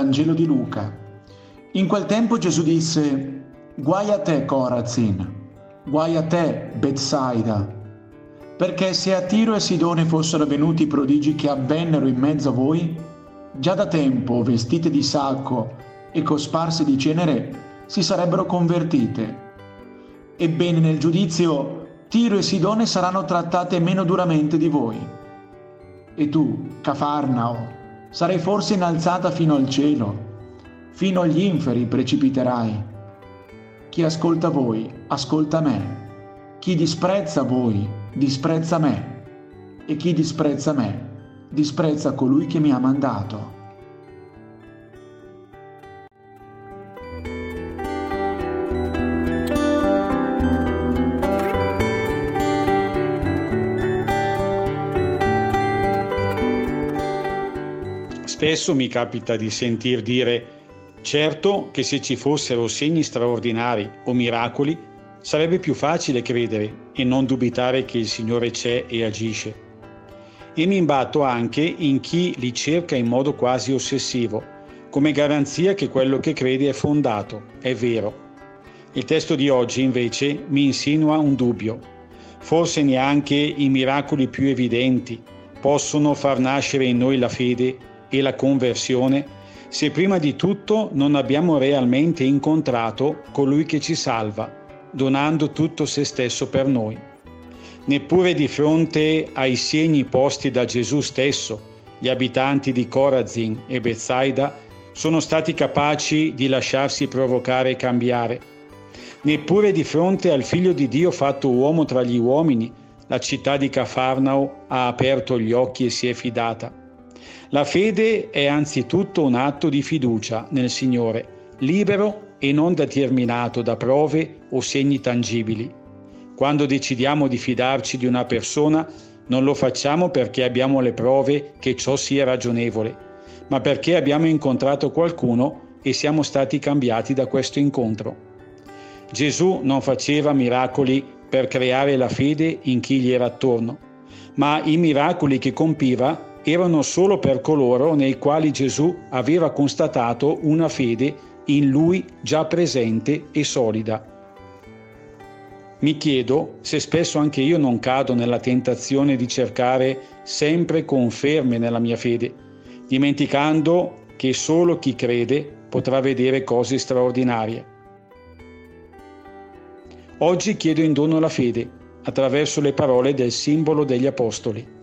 Vangelo di Luca. In quel tempo Gesù disse: «Guai a te, Corazin, guai a te, Betsaida, perché se a Tiro e Sidone fossero avvenuti i prodigi che avvennero in mezzo a voi, già da tempo, vestite di sacco e cosparse di cenere, si sarebbero convertite. Ebbene, nel giudizio Tiro e Sidone saranno trattate meno duramente di voi. E tu, Cafarnao, sarai forse innalzata fino al cielo, fino agli inferi precipiterai. Chi ascolta voi, ascolta me. Chi disprezza voi, disprezza me. E chi disprezza me, disprezza colui che mi ha mandato». Spesso mi capita di sentir dire: certo che se ci fossero segni straordinari o miracoli sarebbe più facile credere e non dubitare che il Signore c'è e agisce. E mi imbatto anche in chi li cerca in modo quasi ossessivo, come garanzia che quello che crede è fondato, è vero. Il testo di oggi invece mi insinua un dubbio. Forse neanche i miracoli più evidenti possono far nascere in noi la fede e la conversione, se prima di tutto non abbiamo realmente incontrato colui che ci salva, donando tutto se stesso per noi. Neppure di fronte ai segni posti da Gesù stesso, gli abitanti di Corazin e Betsaida sono stati capaci di lasciarsi provocare e cambiare. Neppure di fronte al Figlio di Dio fatto uomo tra gli uomini, la città di Cafarnao ha aperto gli occhi e si è fidata. La fede è anzitutto un atto di fiducia nel Signore, libero e non determinato da prove o segni tangibili. Quando decidiamo di fidarci di una persona, non lo facciamo perché abbiamo le prove che ciò sia ragionevole, ma perché abbiamo incontrato qualcuno e siamo stati cambiati da questo incontro. Gesù non faceva miracoli per creare la fede in chi gli era attorno, ma i miracoli che compiva erano solo per coloro nei quali Gesù aveva constatato una fede in lui già presente e solida. Mi chiedo se spesso anche io non cado nella tentazione di cercare sempre conferme nella mia fede, dimenticando che solo chi crede potrà vedere cose straordinarie. Oggi chiedo in dono la fede attraverso le parole del simbolo degli Apostoli.